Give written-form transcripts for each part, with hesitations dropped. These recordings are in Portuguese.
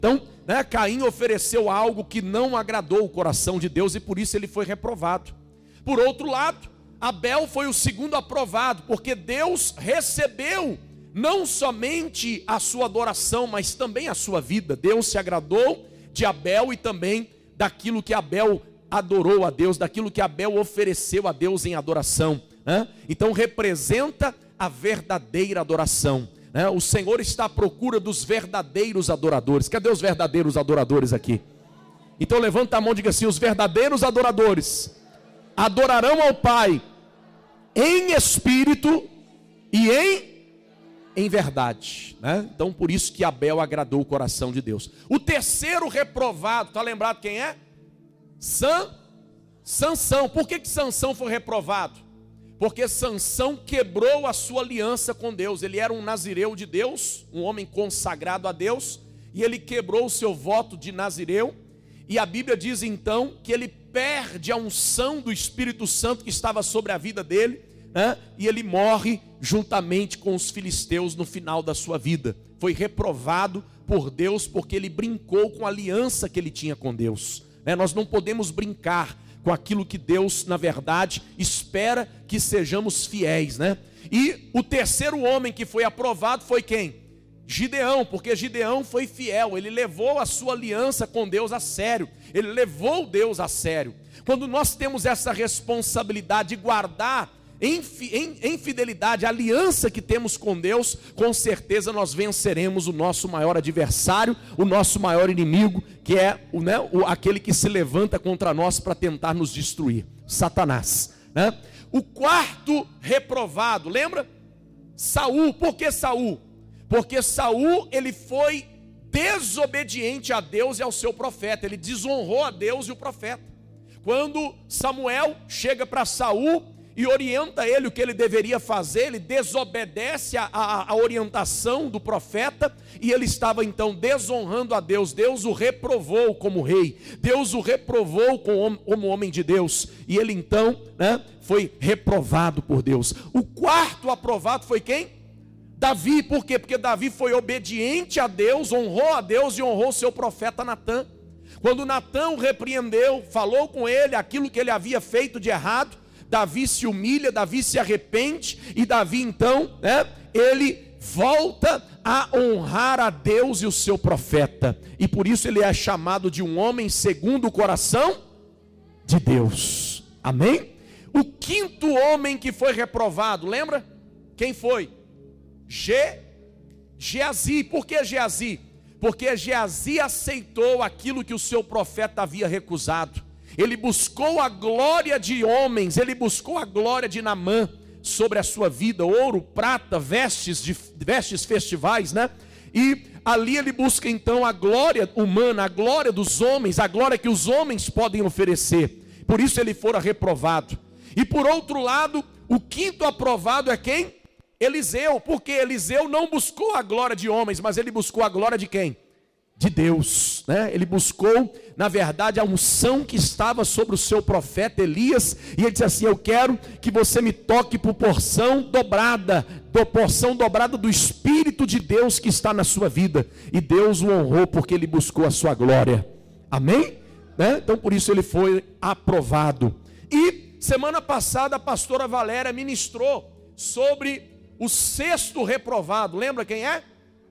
Então, Caim ofereceu algo que não agradou o coração de Deus e por isso ele foi reprovado. Por outro lado, Abel foi o segundo aprovado, porque Deus recebeu não somente a sua adoração, mas também a sua vida. Deus se agradou de Abel e também daquilo que Abel adorou a Deus, daquilo que Abel ofereceu a Deus em adoração. Então representa a verdadeira adoração. O Senhor está à procura dos verdadeiros adoradores. Cadê os verdadeiros adoradores aqui? Então levanta a mão e diga assim: os verdadeiros adoradores adorarão ao Pai em espírito e em verdade, Então por isso que Abel agradou o coração de Deus. O terceiro reprovado, está lembrado quem é? Sansão. Por que Sansão foi reprovado? Porque Sansão quebrou a sua aliança com Deus. Ele era um nazireu de Deus, um homem consagrado a Deus, e ele quebrou o seu voto de nazireu, e a Bíblia diz então que ele perde a unção do Espírito Santo que estava sobre a vida dele, e ele morre juntamente com os filisteus no final da sua vida. Foi reprovado por Deus porque ele brincou com a aliança que ele tinha com Deus. Nós não podemos brincar com aquilo que Deus, na verdade, espera que sejamos fiéis, E o terceiro homem que foi aprovado foi quem? Gideão, porque Gideão foi fiel, ele levou a sua aliança com Deus a sério, ele levou Deus a sério. Quando nós temos essa responsabilidade de guardar em fidelidade a aliança que temos com Deus, com certeza nós venceremos o nosso maior adversário, o nosso maior inimigo, que é aquele que se levanta contra nós para tentar nos destruir, Satanás. O quarto reprovado, lembra? Saul. Por que Saul? Porque Saul, ele foi desobediente a Deus e ao seu profeta, ele desonrou a Deus e o profeta. Quando Samuel chega para Saul e orienta ele o que ele deveria fazer, ele desobedece a orientação do profeta, e ele estava então desonrando a Deus. Deus o reprovou como rei, Deus o reprovou como homem de Deus, e ele então foi reprovado por Deus. O quarto aprovado foi quem? Davi. Por quê? Porque Davi foi obediente a Deus, honrou a Deus e honrou seu profeta Natã. Quando Natã o repreendeu, falou com ele aquilo que ele havia feito de errado, Davi se humilha, Davi se arrepende, e Davi então, ele volta a honrar a Deus e o seu profeta, e por isso ele é chamado de um homem segundo o coração de Deus. Amém? O quinto homem que foi reprovado, lembra? Quem foi? Geazi. Por que Geazi? Porque Geazi aceitou aquilo que o seu profeta havia recusado. Ele buscou a glória de homens, ele buscou a glória de Naamã sobre a sua vida, ouro, prata, vestes festivais, E ali ele busca então a glória humana, a glória dos homens, a glória que os homens podem oferecer. Por isso ele fora reprovado. E por outro lado, o quinto aprovado é quem? Eliseu. Porque Eliseu não buscou a glória de homens, mas ele buscou a glória de quem? De Deus, Ele buscou, na verdade, a unção que estava sobre o seu profeta Elias, e ele disse assim: eu quero que você me toque por porção dobrada do Espírito de Deus que está na sua vida. E Deus o honrou porque ele buscou a sua glória. Amém? Então por isso ele foi aprovado. E semana passada a pastora Valéria ministrou sobre o sexto reprovado. Lembra quem é?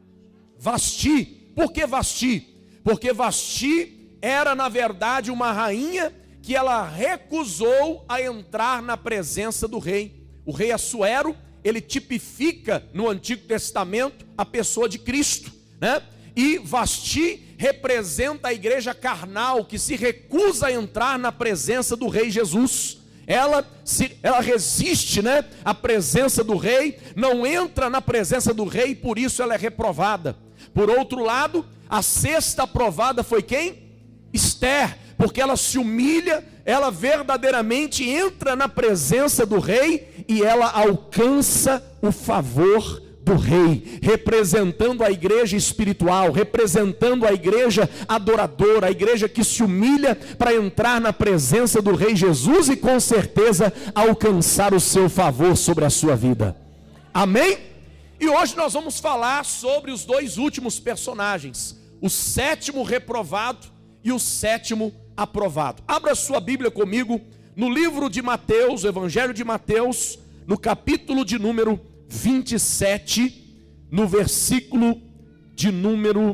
Vasti. Por que Vasti? Porque Vasti era na verdade uma rainha que ela recusou a entrar na presença do rei. O rei Assuero, ele tipifica no Antigo Testamento a pessoa de Cristo, E Vasti representa a igreja carnal que se recusa a entrar na presença do rei Jesus. Ela resiste, à presença do rei, não entra na presença do rei, por isso ela é reprovada. Por outro lado, a sexta aprovada foi quem? Esther, porque ela se humilha, ela verdadeiramente entra na presença do rei e ela alcança o favor do rei, representando a igreja espiritual, representando a igreja adoradora, a igreja que se humilha para entrar na presença do rei Jesus e com certeza alcançar o seu favor sobre a sua vida. Amém? E hoje nós vamos falar sobre os dois últimos personagens, o sétimo reprovado e o sétimo aprovado. Abra sua Bíblia comigo no livro de Mateus, o Evangelho de Mateus, no capítulo de número 27, no versículo de número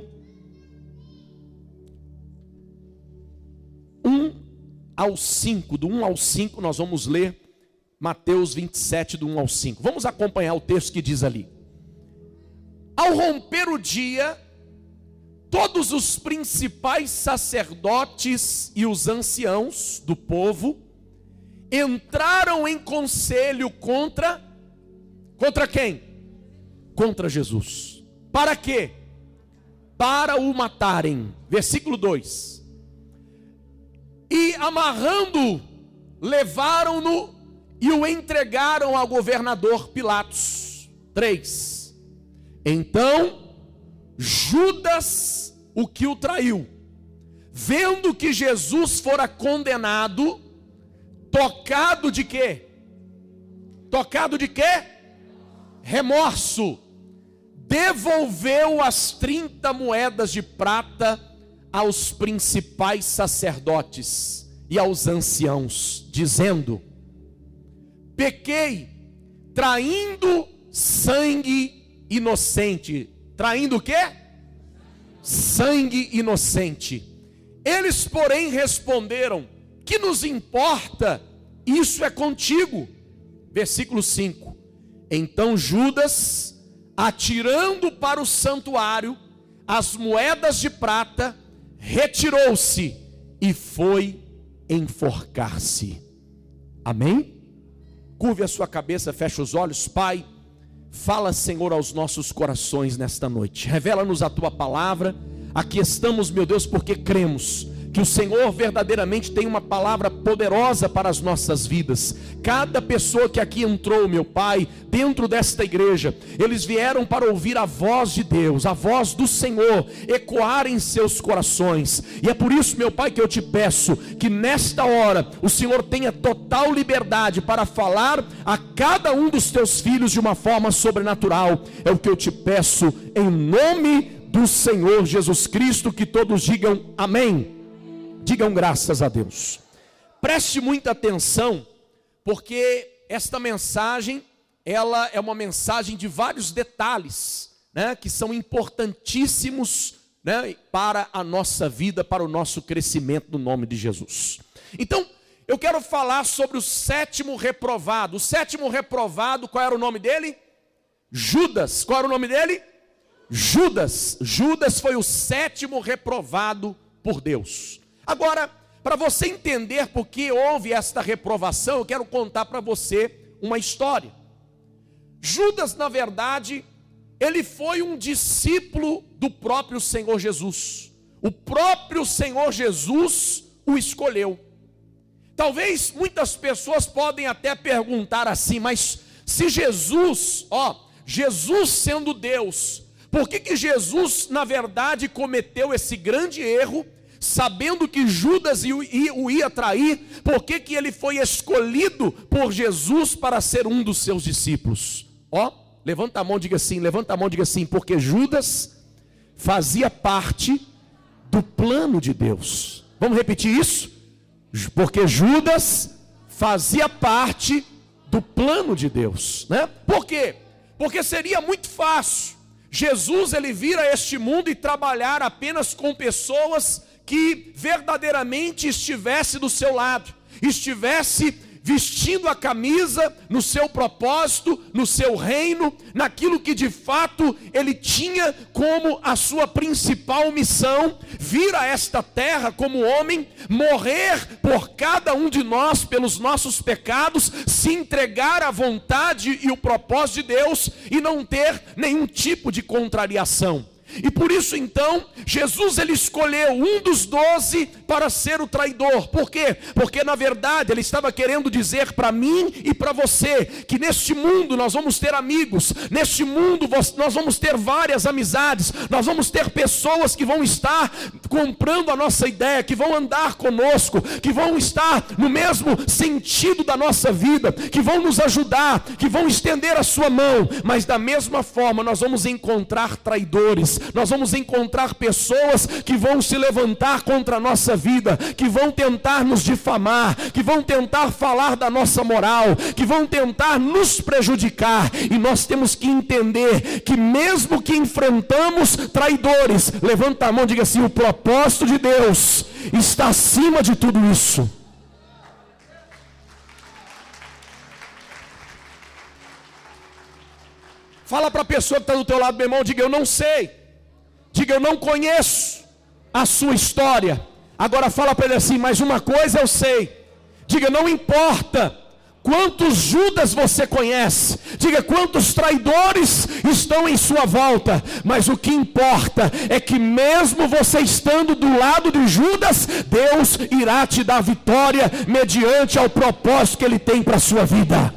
1 ao 5. Do 1 ao 5 nós vamos ler Mateus 27, do 1 ao 5. Vamos acompanhar o texto que diz ali: ao romper o dia, todos os principais sacerdotes e os anciãos do povo entraram em conselho contra quem? Contra Jesus. Para quê? Para o matarem. Versículo 2. E amarrando-o, levaram-no e o entregaram ao governador Pilatos. 3. Então Judas, o que o traiu, vendo que Jesus fora condenado, tocado de quê? Tocado de quê? Remorso. Devolveu as 30 moedas de prata aos principais sacerdotes e aos anciãos, dizendo: pequei, traindo sangue inocente. Traindo o quê? Sangue inocente. Eles, porém, responderam: que nos importa? Isso é contigo. Versículo 5. Então Judas, atirando para o santuário as moedas de prata, retirou-se e foi enforcar-se. Amém? Curve a sua cabeça, feche os olhos. Pai, fala, Senhor, aos nossos corações nesta noite. Revela-nos a tua palavra. Aqui estamos, meu Deus, porque cremos que o Senhor verdadeiramente tem uma palavra poderosa para as nossas vidas. Cada pessoa que aqui entrou, meu Pai, dentro desta igreja, eles vieram para ouvir a voz de Deus, a voz do Senhor, ecoar em seus corações. E é por isso, meu Pai, que eu te peço que nesta hora o Senhor tenha total liberdade para falar a cada um dos teus filhos de uma forma sobrenatural. É o que eu te peço em nome do Senhor Jesus Cristo. Que todos digam amém. Digam graças a Deus. Preste muita atenção, porque esta mensagem, ela é uma mensagem de vários detalhes, né, que são importantíssimos, né, para a nossa vida, para o nosso crescimento no nome de Jesus. Então, eu quero falar sobre o sétimo reprovado. O sétimo reprovado, qual era o nome dele? Judas. Qual era o nome dele? Judas. Judas foi o sétimo reprovado por Deus. Agora, para você entender por que houve esta reprovação, eu quero contar para você uma história. Judas, na verdade, ele foi um discípulo do próprio Senhor Jesus. O próprio Senhor Jesus o escolheu. Talvez muitas pessoas podem até perguntar assim: mas se Jesus, Jesus sendo Deus, por que Jesus, na verdade, cometeu esse grande erro? Sabendo que Judas o ia trair, por que ele foi escolhido por Jesus para ser um dos seus discípulos? Levanta a mão, diga assim, levanta a mão, diga assim: porque Judas fazia parte do plano de Deus. Vamos repetir isso? Porque Judas fazia parte do plano de Deus, né? Por quê? Porque seria muito fácil Jesus ele vir a este mundo e trabalhar apenas com pessoas que verdadeiramente estivesse do seu lado, estivesse vestindo a camisa no seu propósito, no seu reino, naquilo que de fato ele tinha como a sua principal missão: vir a esta terra como homem, morrer por cada um de nós pelos nossos pecados, se entregar à vontade e o propósito de Deus e não ter nenhum tipo de contrariação. E por isso então, Jesus ele escolheu um dos 12 para ser o traidor. Por quê? Porque na verdade ele estava querendo dizer para mim e para você que neste mundo nós vamos ter amigos, neste mundo nós vamos ter várias amizades, nós vamos ter pessoas que vão estar comprando a nossa ideia, que vão andar conosco, que vão estar no mesmo sentido da nossa vida, que vão nos ajudar, que vão estender a sua mão. Mas da mesma forma nós vamos encontrar traidores, nós vamos encontrar pessoas que vão se levantar contra a nossa vida, que vão tentar nos difamar, que vão tentar falar da nossa moral, que vão tentar nos prejudicar. E nós temos que entender que mesmo que enfrentamos traidores, levanta a mão e diga assim: o propósito de Deus está acima de tudo isso. Fala para a pessoa que está do teu lado, meu irmão, diga: eu não sei, diga: eu não conheço a sua história. Agora fala para ele assim: mas uma coisa eu sei. Diga: não importa quantos Judas você conhece, diga quantos traidores estão em sua volta, mas o que importa é que mesmo você estando do lado de Judas, Deus irá te dar vitória mediante ao propósito que Ele tem para a sua vida.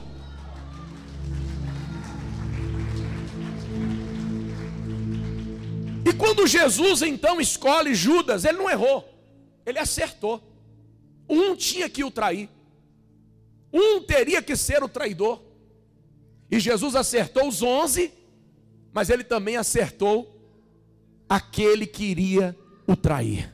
E quando Jesus então escolhe Judas, ele não errou, ele acertou. Um tinha que o trair, um teria que ser o traidor. E Jesus acertou os 11, mas ele também acertou aquele que iria o trair.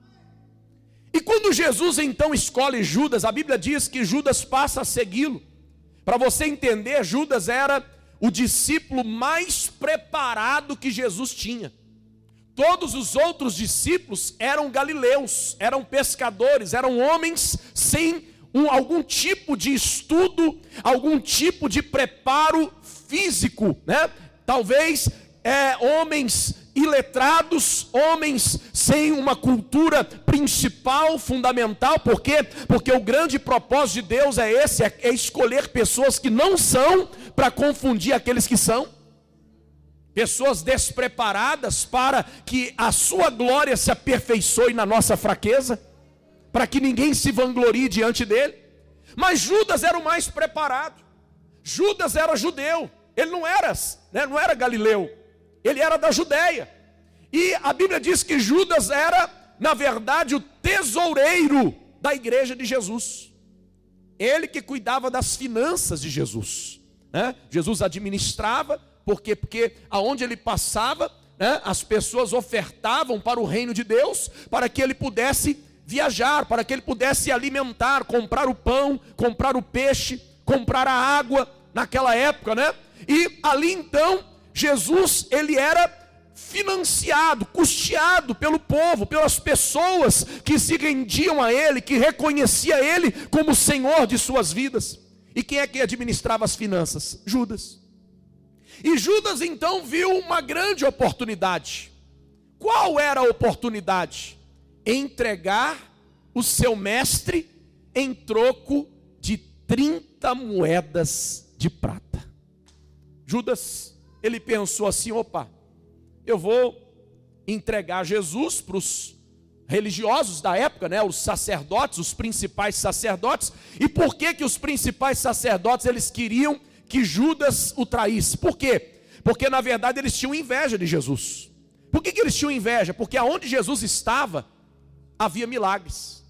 E quando Jesus então escolhe Judas, a Bíblia diz que Judas passa a segui-lo. Para você entender, Judas era o discípulo mais preparado que Jesus tinha. Todos os outros discípulos eram galileus, eram pescadores, eram homens sem algum tipo de estudo, algum tipo de preparo físico, né? Talvez homens iletrados, homens sem uma cultura principal, fundamental. Por quê? Porque o grande propósito de Deus é esse, é escolher pessoas que não são para confundir aqueles que são. Pessoas despreparadas para que a sua glória se aperfeiçoe na nossa fraqueza, para que ninguém se vanglorie diante dele. Mas Judas era o mais preparado. Judas era judeu, ele não era galileu, ele era da Judéia. E a Bíblia diz que Judas era, na verdade, o tesoureiro da igreja de Jesus. Ele que cuidava das finanças de Jesus, né? Jesus administrava, porque aonde ele passava, né, as pessoas ofertavam para o reino de Deus, para que ele pudesse viajar, para que ele pudesse se alimentar, comprar o pão, comprar o peixe, comprar a água naquela época, né? E ali então, Jesus, ele era financiado, custeado pelo povo, pelas pessoas que se rendiam a ele, que reconhecia ele como Senhor de suas vidas. E quem é que administrava as finanças? Judas. E Judas então viu uma grande oportunidade. Qual era a oportunidade? Entregar o seu mestre em troco de 30 moedas de prata. Judas, ele pensou assim: opa, eu vou entregar Jesus para os religiosos da época, né, os sacerdotes, os principais sacerdotes. E por que os principais sacerdotes eles queriam que Judas o traísse? Por quê? Porque na verdade eles tinham inveja de Jesus. Por que eles tinham inveja? Porque aonde Jesus estava, havia milagres.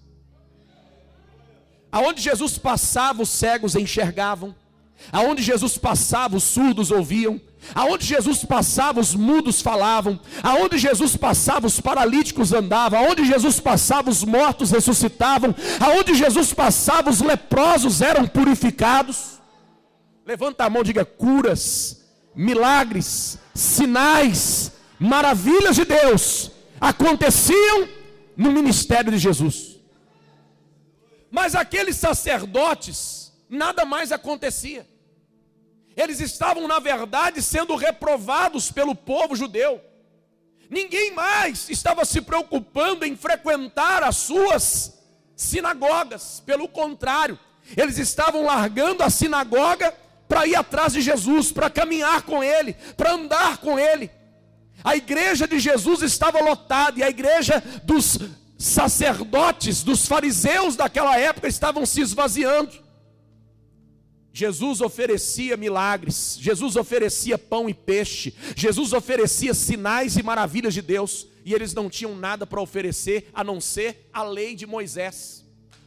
Aonde Jesus passava, os cegos enxergavam. Aonde Jesus passava, os surdos ouviam. Aonde Jesus passava, os mudos falavam. Aonde Jesus passava, os paralíticos andavam. Aonde Jesus passava, os mortos ressuscitavam. Aonde Jesus passava, os leprosos eram purificados. Levanta a mão e diga: curas, milagres, sinais, maravilhas de Deus aconteciam no ministério de Jesus. Mas aqueles sacerdotes, nada mais acontecia. Eles estavam, na verdade, sendo reprovados pelo povo judeu. Ninguém mais estava se preocupando em frequentar as suas sinagogas. Pelo contrário, eles estavam largando a sinagoga para ir atrás de Jesus, para caminhar com ele, para andar com ele. A igreja de Jesus estava lotada, e a igreja dos sacerdotes, dos fariseus daquela época estavam se esvaziando. Jesus oferecia milagres, Jesus oferecia pão e peixe, Jesus oferecia sinais e maravilhas de Deus, e eles não tinham nada para oferecer a não ser a lei de Moisés.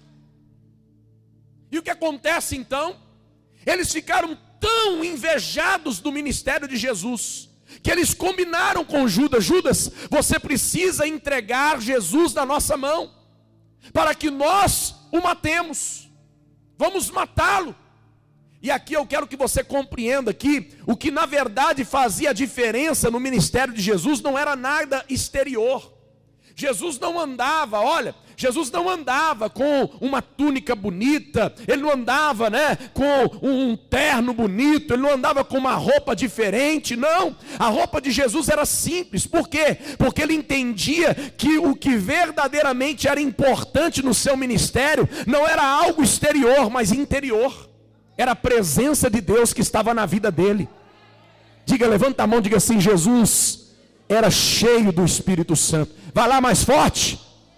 E o que acontece então? Eles ficaram tão invejados do ministério de Jesus, que eles combinaram com Judas: Judas, você precisa entregar Jesus na nossa mão, para que nós o matemos, vamos matá-lo. E aqui eu quero que você compreenda que o que na verdade fazia a diferença no ministério de Jesus não era nada exterior. Jesus não andava, olha, Jesus não andava com uma túnica bonita, ele não andava, com um terno bonito, ele não andava com uma roupa diferente, não. A roupa de Jesus era simples. Por quê? Porque ele entendia que o que verdadeiramente era importante no seu ministério não era algo exterior, mas interior. Era a presença de Deus que estava na vida dele. Diga, levanta a mão, diga assim: Jesus era cheio do Espírito Santo. Vai lá mais forte.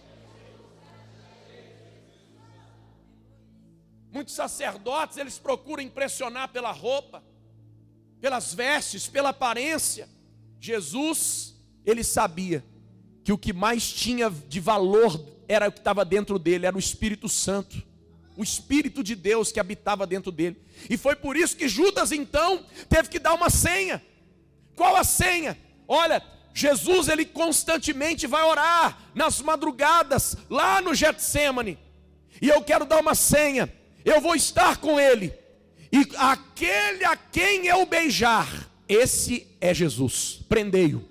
Muitos sacerdotes, eles procuram impressionar pela roupa, pelas vestes, pela aparência. Jesus, ele sabia que o que mais tinha de valor era o que estava dentro dele, era o Espírito Santo. O Espírito de Deus que habitava dentro dele. E foi por isso que Judas então teve que dar uma senha. Qual a senha? Olha, Jesus, ele constantemente vai orar nas madrugadas lá no Getsêmani. E eu quero dar uma senha. Eu vou estar com ele. E aquele a quem eu beijar, esse é Jesus. Prendei-o.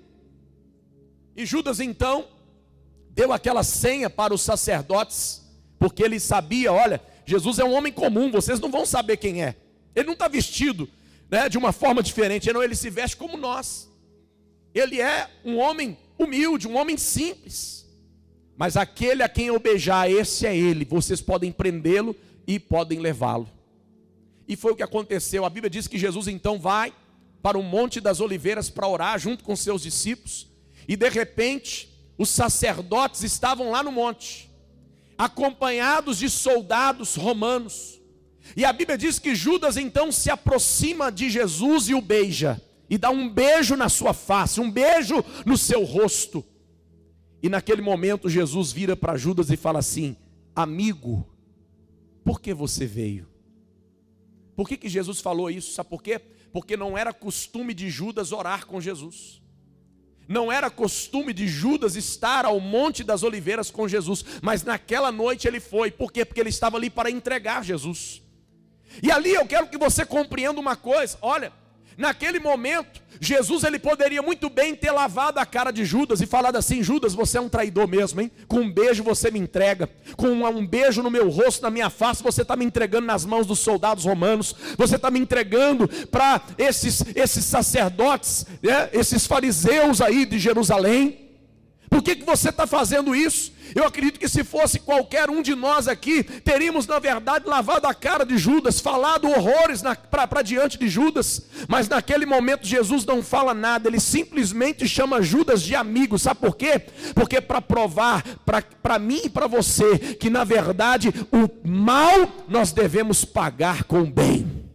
E Judas então deu aquela senha para os sacerdotes, porque ele sabia: olha, Jesus é um homem comum, vocês não vão saber quem é. Ele não está vestido, de uma forma diferente, não, ele se veste como nós. Ele é um homem humilde, um homem simples. Mas aquele a quem eu beijar, esse é ele. Vocês podem prendê-lo e podem levá-lo. E foi o que aconteceu. A Bíblia diz que Jesus então vai para o Monte das Oliveiras para orar junto com seus discípulos. E de repente, os sacerdotes estavam lá no monte, acompanhados de soldados romanos. E a Bíblia diz que Judas então se aproxima de Jesus e o beija. E dá um beijo na sua face, um beijo no seu rosto. E naquele momento Jesus vira para Judas e fala assim: amigo, por que você veio? Por que Jesus falou isso? Sabe por quê? Porque não era costume de Judas orar com Jesus. Não era costume de Judas estar ao Monte das Oliveiras com Jesus. Mas naquela noite ele foi. Por quê? Porque ele estava ali para entregar Jesus. E ali eu quero que você compreenda uma coisa. Olha, naquele momento, Jesus ele poderia muito bem ter lavado a cara de Judas e falado assim: Judas, você é um traidor mesmo, hein? Com um beijo você me entrega, com um beijo no meu rosto, na minha face, você está me entregando nas mãos dos soldados romanos, você está me entregando para esses sacerdotes, esses fariseus aí de Jerusalém. Por que você está fazendo isso? Eu acredito que se fosse qualquer um de nós aqui, teríamos na verdade lavado a cara de Judas, falado horrores para diante de Judas. Mas naquele momento Jesus não fala nada, ele simplesmente chama Judas de amigo. Sabe por quê? Porque para provar para mim e para você que na verdade o mal nós devemos pagar com o bem.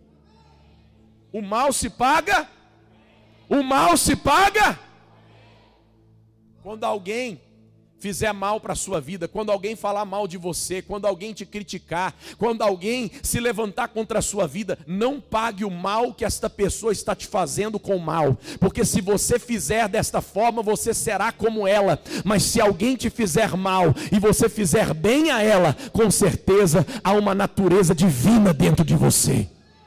O mal se paga? O mal se paga? Quando alguém fizer mal para a sua vida, quando alguém falar mal de você, quando alguém te criticar, quando alguém se levantar contra a sua vida, não pague o mal que esta pessoa está te fazendo com o mal, porque se você fizer desta forma, você será como ela. Mas se alguém te fizer mal e você fizer bem a ela, com certeza há uma natureza divina dentro de você.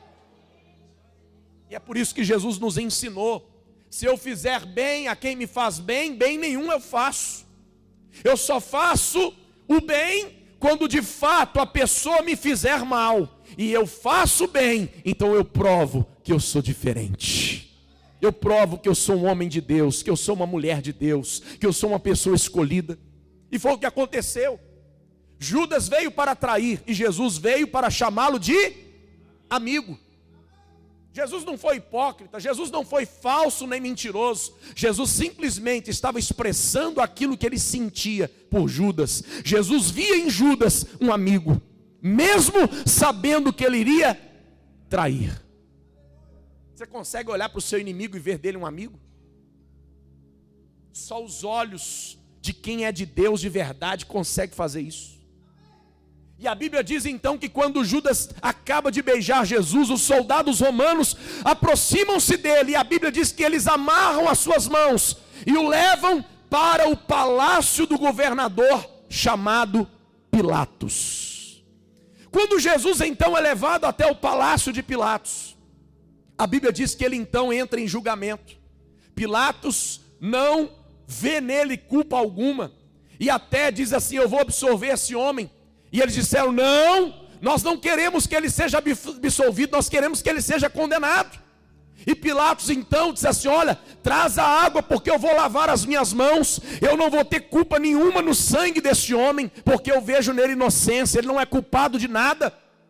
E é por isso que Jesus nos ensinou: se eu fizer bem a quem me faz bem, bem nenhum eu faço. Eu só faço o bem quando de fato a pessoa me fizer mal. E eu faço bem, então eu provo que eu sou diferente. Eu provo que eu sou um homem de Deus, que eu sou uma mulher de Deus, que eu sou uma pessoa escolhida. E foi o que aconteceu. Judas veio para trair e Jesus veio para chamá-lo de amigo. Jesus não foi hipócrita, Jesus não foi falso nem mentiroso. Jesus simplesmente estava expressando aquilo que ele sentia por Judas. Jesus via em Judas um amigo, mesmo sabendo que ele iria trair. Você consegue olhar para o seu inimigo e ver dele um amigo? Só os olhos de quem é de Deus de verdade consegue fazer isso. E a Bíblia diz então que quando Judas acaba de beijar Jesus, os soldados romanos aproximam-se dele, e a Bíblia diz que eles amarram as suas mãos e o levam para o palácio do governador chamado Pilatos. Quando Jesus então é levado até o palácio de Pilatos, a Bíblia diz que ele então entra em julgamento. Pilatos não vê nele culpa alguma, e até diz assim: eu vou absolver esse homem. E eles disseram: não, nós não queremos que ele seja absolvido, nós queremos que ele seja condenado. E Pilatos então disse assim: olha, traz a água, porque eu vou lavar as minhas mãos, eu não vou ter culpa nenhuma no sangue desse homem, porque eu vejo nele inocência, ele não é culpado de nada.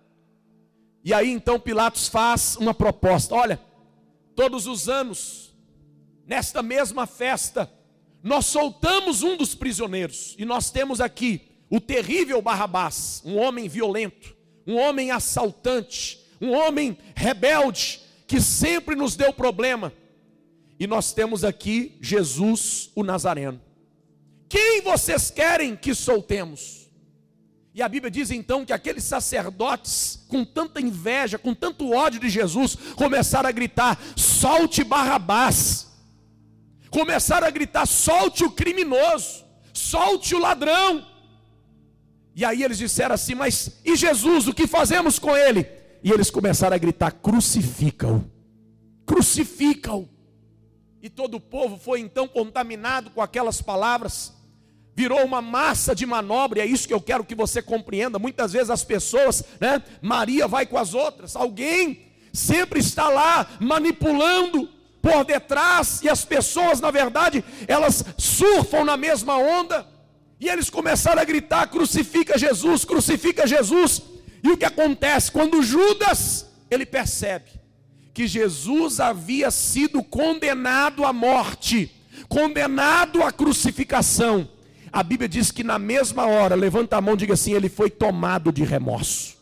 E aí então Pilatos faz uma proposta: olha, todos os anos, nesta mesma festa, nós soltamos um dos prisioneiros, e nós temos aqui o terrível Barrabás, um homem violento, um homem assaltante, um homem rebelde, que sempre nos deu problema. E nós temos aqui Jesus, o Nazareno. Quem vocês querem que soltemos? E a Bíblia diz então que aqueles sacerdotes, com tanta inveja, com tanto ódio de Jesus, começaram a gritar: solte Barrabás. Começaram a gritar: solte o criminoso, solte o ladrão. E aí eles disseram assim: mas e Jesus, o que fazemos com ele? E eles começaram a gritar: crucifica-o, crucifica-o. E todo o povo foi então contaminado com aquelas palavras, virou uma massa de manobra. E é isso que eu quero que você compreenda. Muitas vezes as pessoas, Maria vai com as outras, alguém sempre está lá manipulando por detrás, e as pessoas na verdade, elas surfam na mesma onda. E eles começaram a gritar: crucifica Jesus, crucifica Jesus. E o que acontece? Quando Judas, ele percebe que Jesus havia sido condenado à morte, condenado à crucificação, a Bíblia diz que na mesma hora, levanta a mão e diga assim: ele foi tomado de remorso.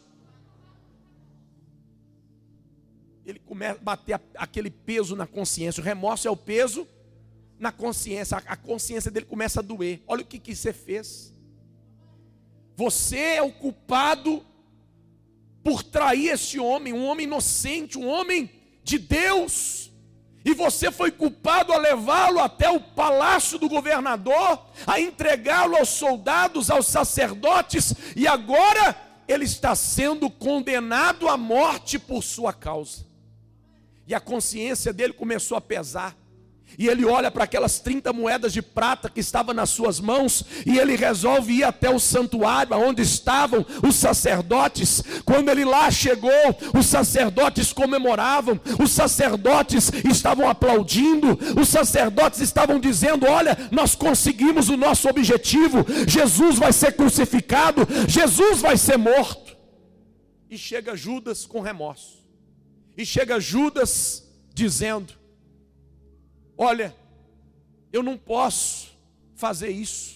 Ele começa a bater aquele peso na consciência. O remorso é o peso na consciência, a consciência dele começa a doer. Olha o que você fez. Você é o culpado por trair esse homem, um homem inocente, um homem de Deus. E você foi culpado a levá-lo até o palácio do governador, a entregá-lo aos soldados, aos sacerdotes, e agora ele está sendo condenado à morte por sua causa. E a consciência dele começou a pesar. E ele olha para aquelas 30 moedas de prata que estavam nas suas mãos, e ele resolve ir até o santuário, onde estavam os sacerdotes. Quando ele lá chegou, os sacerdotes comemoravam, os sacerdotes estavam aplaudindo, os sacerdotes estavam dizendo: olha, nós conseguimos o nosso objetivo, Jesus vai ser crucificado, Jesus vai ser morto. E chega Judas com remorso, e chega Judas dizendo: olha, eu não posso fazer isso.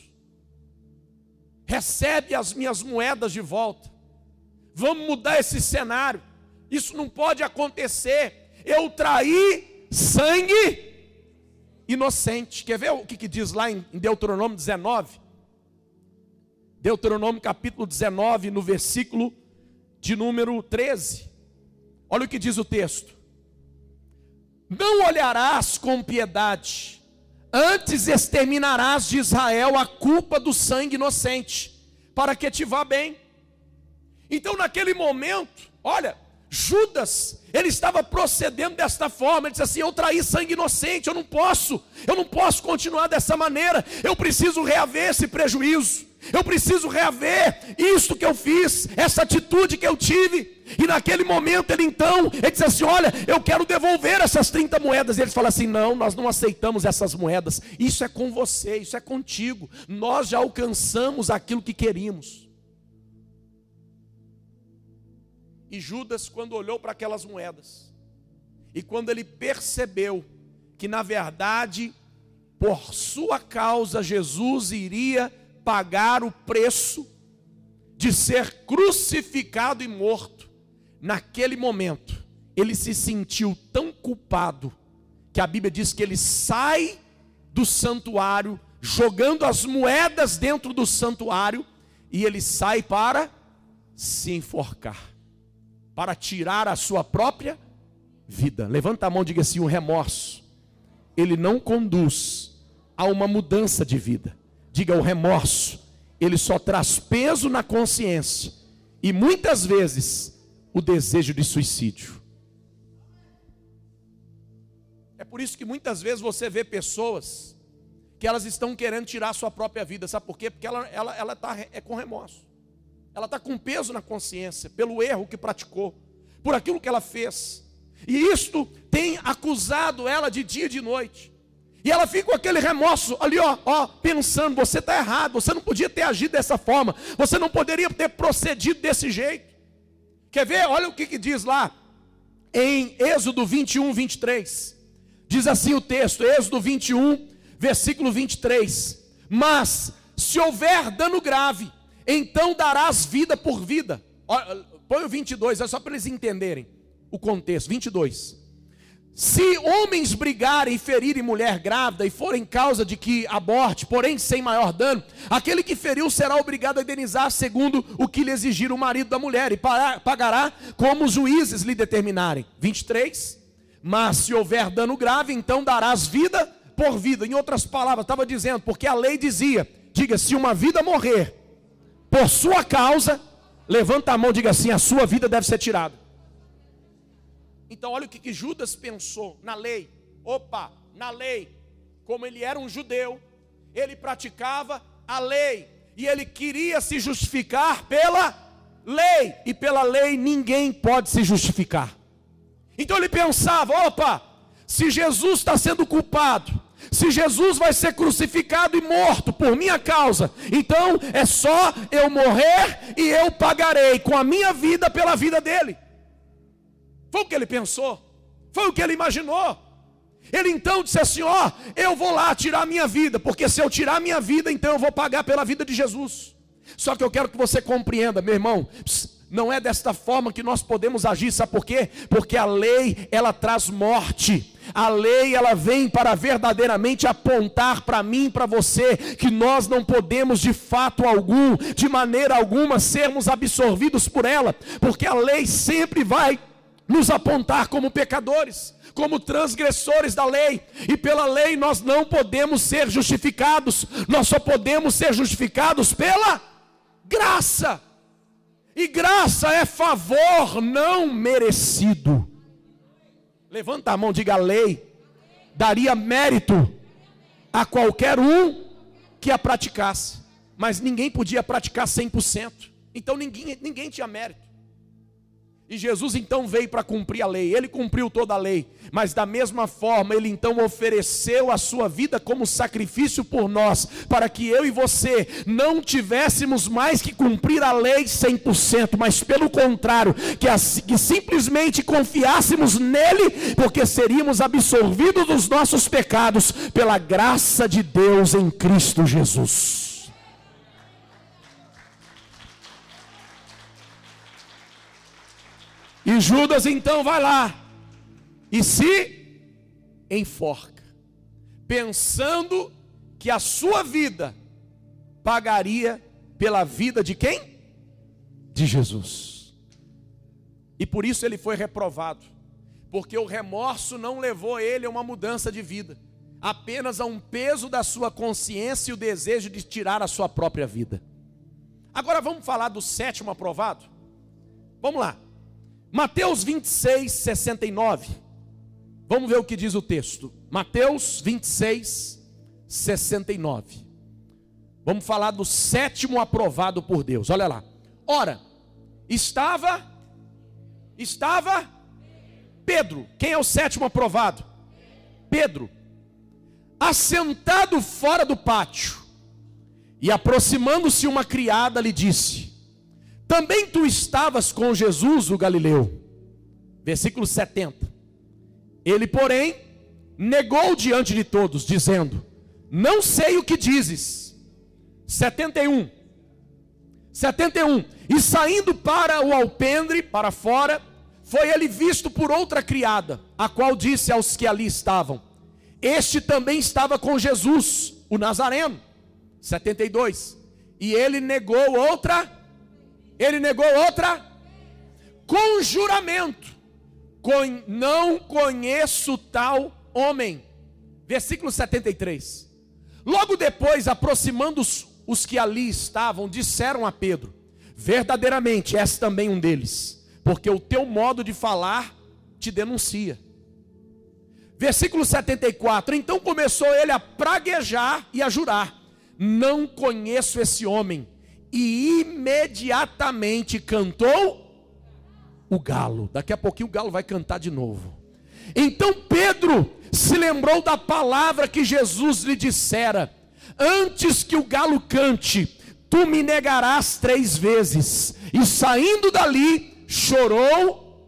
Recebe as minhas moedas de volta. Vamos mudar esse cenário. Isso não pode acontecer. Eu traí sangue inocente. Quer ver o que diz lá em Deuteronômio 19? Deuteronômio capítulo 19, no versículo de número 13. Olha o que diz o texto: não olharás com piedade, antes exterminarás de Israel a culpa do sangue inocente, para que te vá bem. Então naquele momento, olha, Judas, ele estava procedendo desta forma. Ele disse assim: eu traí sangue inocente, eu não posso continuar dessa maneira, eu preciso reaver esse prejuízo, eu preciso reaver isso que eu fiz, essa atitude que eu tive. E naquele momento ele disse assim: olha, eu quero devolver essas 30 moedas. E eles falam assim: não, nós não aceitamos essas moedas, isso é com você, isso é contigo, nós já alcançamos aquilo que queríamos. E Judas, quando olhou para aquelas moedas, e quando ele percebeu que na verdade, por sua causa, Jesus iria pagar o preço de ser crucificado e morto, naquele momento ele se sentiu tão culpado, que a Bíblia diz que ele sai do santuário, jogando as moedas dentro do santuário, e ele sai para se enforcar, para tirar a sua própria vida. Levanta a mão e diga assim: o remorso, ele não conduz a uma mudança de vida. Diga: o remorso, ele só traz peso na consciência, e muitas vezes o desejo de suicídio. É por isso que muitas vezes você vê pessoas que elas estão querendo tirar a sua própria vida. Sabe por quê? Porque ela está com remorso. Ela está com peso na consciência, pelo erro que praticou, por aquilo que ela fez. E isto tem acusado ela de dia e de noite. E ela fica com aquele remorso ali, pensando: você está errado, você não podia ter agido dessa forma, você não poderia ter procedido desse jeito. Quer ver? Olha o que diz lá em Êxodo 21, 23. Diz assim o texto, Êxodo 21, versículo 23. Mas se houver dano grave, então darás vida por vida. Põe o 22, é só para eles entenderem o contexto. 22. Se homens brigarem e ferirem mulher grávida e forem causa de que aborte, porém sem maior dano, aquele que feriu será obrigado a indenizar segundo o que lhe exigir o marido da mulher, e pagará como os juízes lhe determinarem. 23. Mas se houver dano grave, então darás vida por vida. Em outras palavras, estava dizendo, porque a lei dizia, diga: se uma vida morrer por sua causa, levanta a mão e diga assim: a sua vida deve ser tirada. Então olha o que Judas pensou na lei. Na lei, como ele era um judeu, ele praticava a lei, e ele queria se justificar pela lei, e pela lei ninguém pode se justificar. Então ele pensava: se Jesus está sendo culpado, se Jesus vai ser crucificado e morto por minha causa, então é só eu morrer e eu pagarei com a minha vida pela vida dele. Foi o que ele pensou, foi o que ele imaginou. Ele então disse assim: eu vou lá tirar a minha vida, porque se eu tirar a minha vida, então eu vou pagar pela vida de Jesus. Só que eu quero que você compreenda, meu irmão, não é desta forma que nós podemos agir. Sabe por quê? Porque a lei, ela traz morte. A lei, ela vem para verdadeiramente apontar para mim, para você, que nós não podemos de fato algum, de maneira alguma, sermos absorvidos por ela, porque a lei sempre vai nos apontar como pecadores, como transgressores da lei, e pela lei nós não podemos ser justificados, nós só podemos ser justificados pela graça. E graça é favor não merecido. Levanta a mão, diga: a lei daria mérito a qualquer um que a praticasse, mas ninguém podia praticar 100%. Então ninguém tinha mérito. E Jesus então veio para cumprir a lei. Ele cumpriu toda a lei, mas da mesma forma ele então ofereceu a sua vida como sacrifício por nós, para que eu e você não tivéssemos mais que cumprir a lei 100%, mas pelo contrário, que simplesmente confiássemos nele, porque seríamos absorvidos dos nossos pecados pela graça de Deus em Cristo Jesus. E Judas então vai lá e se enforca, pensando que a sua vida pagaria pela vida de quem? De Jesus. E por isso ele foi reprovado, porque o remorso não levou ele a uma mudança de vida, apenas a um peso da sua consciência e o desejo de tirar a sua própria vida. Agora vamos falar do sétimo aprovado? Vamos lá. Mateus 26, 69. Vamos ver o que diz o texto. Mateus 26, 69. Vamos falar do sétimo aprovado por Deus. Olha lá. Ora, estava Pedro. Quem é o sétimo aprovado? Pedro. Assentado fora do pátio. E aproximando-se uma criada lhe disse: também tu estavas com Jesus o Galileu. Versículo 70. Ele, porém, negou diante de todos, dizendo: não sei o que dizes. 71. E saindo para o alpendre, para fora, foi ele visto por outra criada, a qual disse aos que ali estavam: este também estava com Jesus, o Nazareno, 72. E ele negou outra, com juramento, não conheço tal homem. Versículo 73. Logo depois, aproximando os que ali estavam, disseram a Pedro: verdadeiramente és também um deles, porque o teu modo de falar te denuncia. Versículo 74. Então começou ele a praguejar e a jurar: não conheço esse homem. E imediatamente cantou o galo. Daqui a pouquinho o galo vai cantar de novo. Então Pedro se lembrou da palavra que Jesus lhe dissera: antes que o galo cante, tu me negarás 3 vezes. E saindo dali, chorou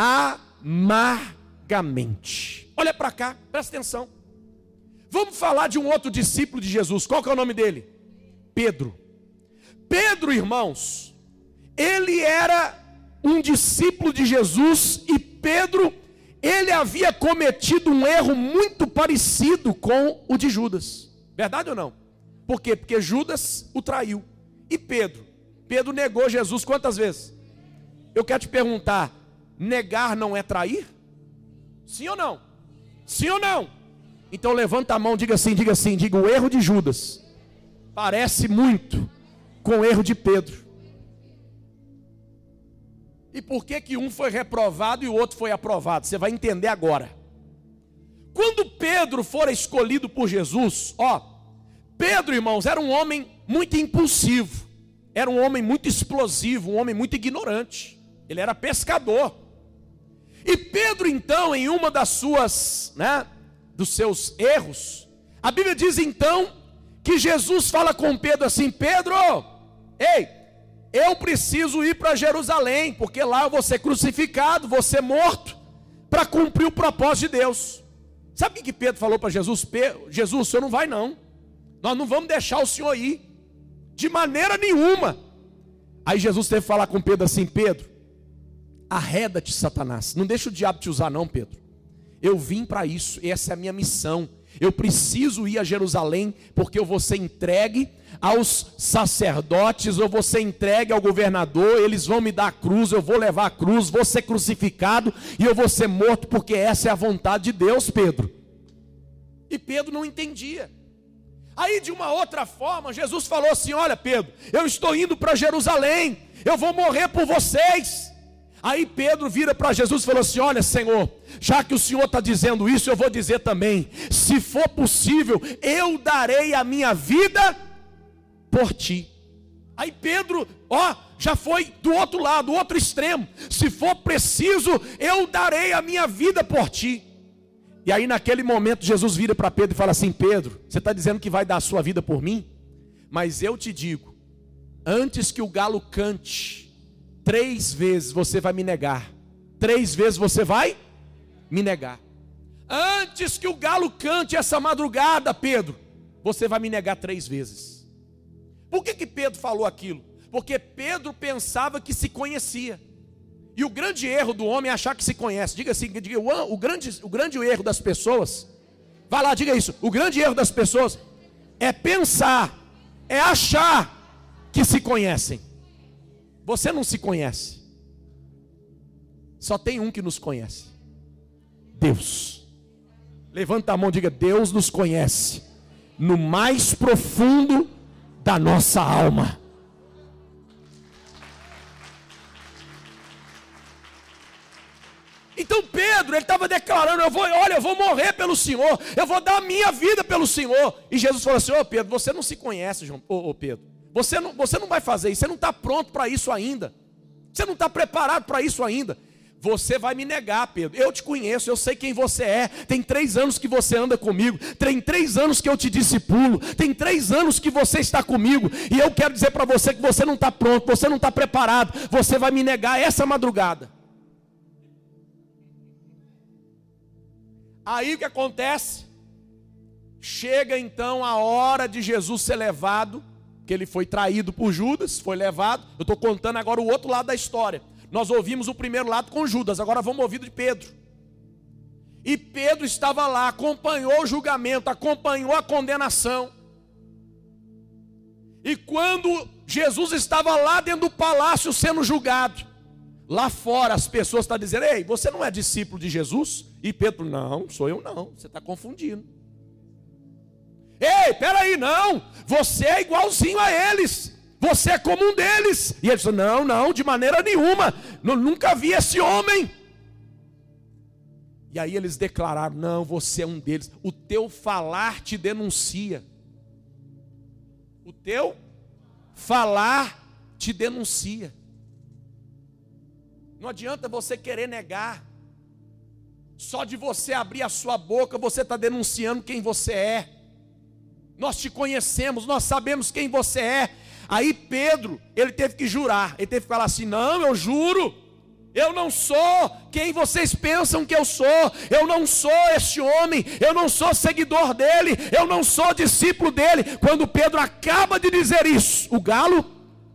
amargamente. Olha para cá, presta atenção. Vamos falar de um outro discípulo de Jesus. Qual que é o nome dele? Pedro. Pedro, irmãos, ele era um discípulo de Jesus. E Pedro, ele havia cometido um erro muito parecido com o de Judas. Verdade ou não? Por quê? Porque Judas o traiu. E Pedro negou Jesus quantas vezes? Eu quero te perguntar: negar não é trair? Sim ou não? Sim ou não? Então levanta a mão, diga o erro de Judas parece muito com o erro de Pedro. E por que um foi reprovado e o outro foi aprovado? Você vai entender agora. Quando Pedro fora escolhido por Jesus, Pedro, irmãos, era um homem muito impulsivo, era um homem muito explosivo, um homem muito ignorante. Ele era pescador. E Pedro, então, em uma das suas, dos seus erros, a Bíblia diz então que Jesus fala com Pedro assim: Pedro, ei, eu preciso ir para Jerusalém, porque lá eu vou ser crucificado, vou ser morto, para cumprir o propósito de Deus. Sabe o que Pedro falou para Jesus? Jesus, o senhor não vai não, nós não vamos deixar o senhor ir, de maneira nenhuma. Aí Jesus teve que falar com Pedro assim: Pedro, arreda-te, Satanás, não deixa o diabo te usar não, Pedro. Eu vim para isso, essa é a minha missão. Eu preciso ir a Jerusalém, porque eu vou ser entregue aos sacerdotes, eu vou ser entregue ao governador, eles vão me dar a cruz, eu vou levar a cruz, vou ser crucificado e eu vou ser morto, porque essa é a vontade de Deus, Pedro. E Pedro não entendia. Aí de uma outra forma, Jesus falou assim: olha Pedro, eu estou indo para Jerusalém, eu vou morrer por vocês. Aí Pedro vira para Jesus e falou assim: olha Senhor, já que o Senhor está dizendo isso, eu vou dizer também: se for possível, eu darei a minha vida por ti. Aí Pedro, já foi do outro lado, do outro extremo: se for preciso, eu darei a minha vida por ti. E aí naquele momento Jesus vira para Pedro e fala assim: Pedro, você está dizendo que vai dar a sua vida por mim? Mas eu te digo, antes que o galo cante, 3 vezes você vai me negar. 3 vezes você vai me negar. Antes que o galo cante essa madrugada, Pedro, você vai me negar 3 vezes. Por que Pedro falou aquilo? Porque Pedro pensava que se conhecia. E o grande erro do homem é achar que se conhece. Diga assim, o grande erro das pessoas, vai lá, diga isso. O grande erro das pessoas é pensar, é achar que se conhecem. Você não se conhece. Só tem um que nos conhece: Deus. Levanta a mão e diga: Deus nos conhece no mais profundo da nossa alma. Então Pedro, ele estava declarando: eu vou morrer pelo Senhor, eu vou dar a minha vida pelo Senhor. E Jesus falou assim: Pedro, você não se conhece, Pedro. Você não vai fazer isso, você não está pronto para isso ainda. Você não está preparado para isso ainda. Você vai me negar, Pedro. Eu te conheço, eu sei quem você é. Tem 3 anos que você anda comigo. Tem 3 anos que eu te discipulo. Tem 3 anos que você está comigo. E eu quero dizer para você que você não está pronto, você não está preparado. Você vai me negar essa madrugada. Aí o que acontece? Chega então a hora de Jesus ser levado, que ele foi traído por Judas, foi levado. Eu estou contando agora o outro lado da história. Nós ouvimos o primeiro lado com Judas, agora vamos ouvir de Pedro. E Pedro estava lá, acompanhou o julgamento, acompanhou a condenação. E quando Jesus estava lá dentro do palácio sendo julgado, lá fora as pessoas estão dizendo: ei, você não é discípulo de Jesus? E Pedro: não, sou eu não, você está confundindo. Ei, peraí, não, você é igualzinho a eles, você é como um deles. E ele disse: não, não, de maneira nenhuma, nunca vi esse homem. E aí eles declararam: não, você é um deles, o teu falar te denuncia. O teu falar te denuncia. Não adianta você querer negar. Só de você abrir a sua boca, você está denunciando quem você é. Nós te conhecemos, nós sabemos quem você é. Aí Pedro, ele teve que jurar. Ele teve que falar assim: não, eu juro, eu não sou quem vocês pensam que eu sou. Eu não sou este homem, eu não sou seguidor dele, eu não sou discípulo dele. Quando Pedro acaba de dizer isso, o galo...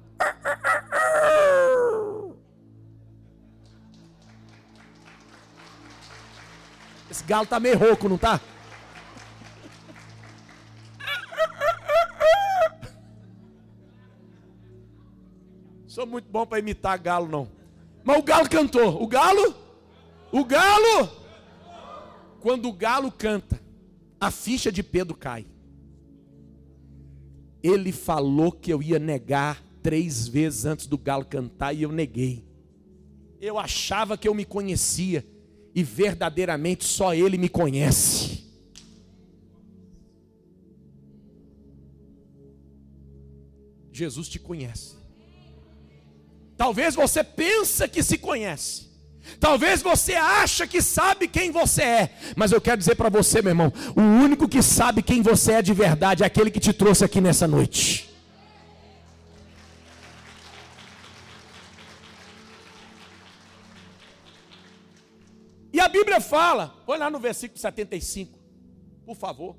Esse galo está meio rouco, não está? Sou muito bom para imitar galo, não. Mas o galo cantou. O galo? Quando o galo canta, a ficha de Pedro cai. Ele falou que eu ia negar 3 vezes antes do galo cantar, e eu neguei. Eu achava que eu me conhecia, e verdadeiramente só ele me conhece. Jesus te conhece. Talvez você pense que se conhece. Talvez você acha que sabe quem você é. Mas eu quero dizer para você, meu irmão, o único que sabe quem você é de verdade é aquele que te trouxe aqui nessa noite. E a Bíblia fala, põe lá no versículo 75, por favor.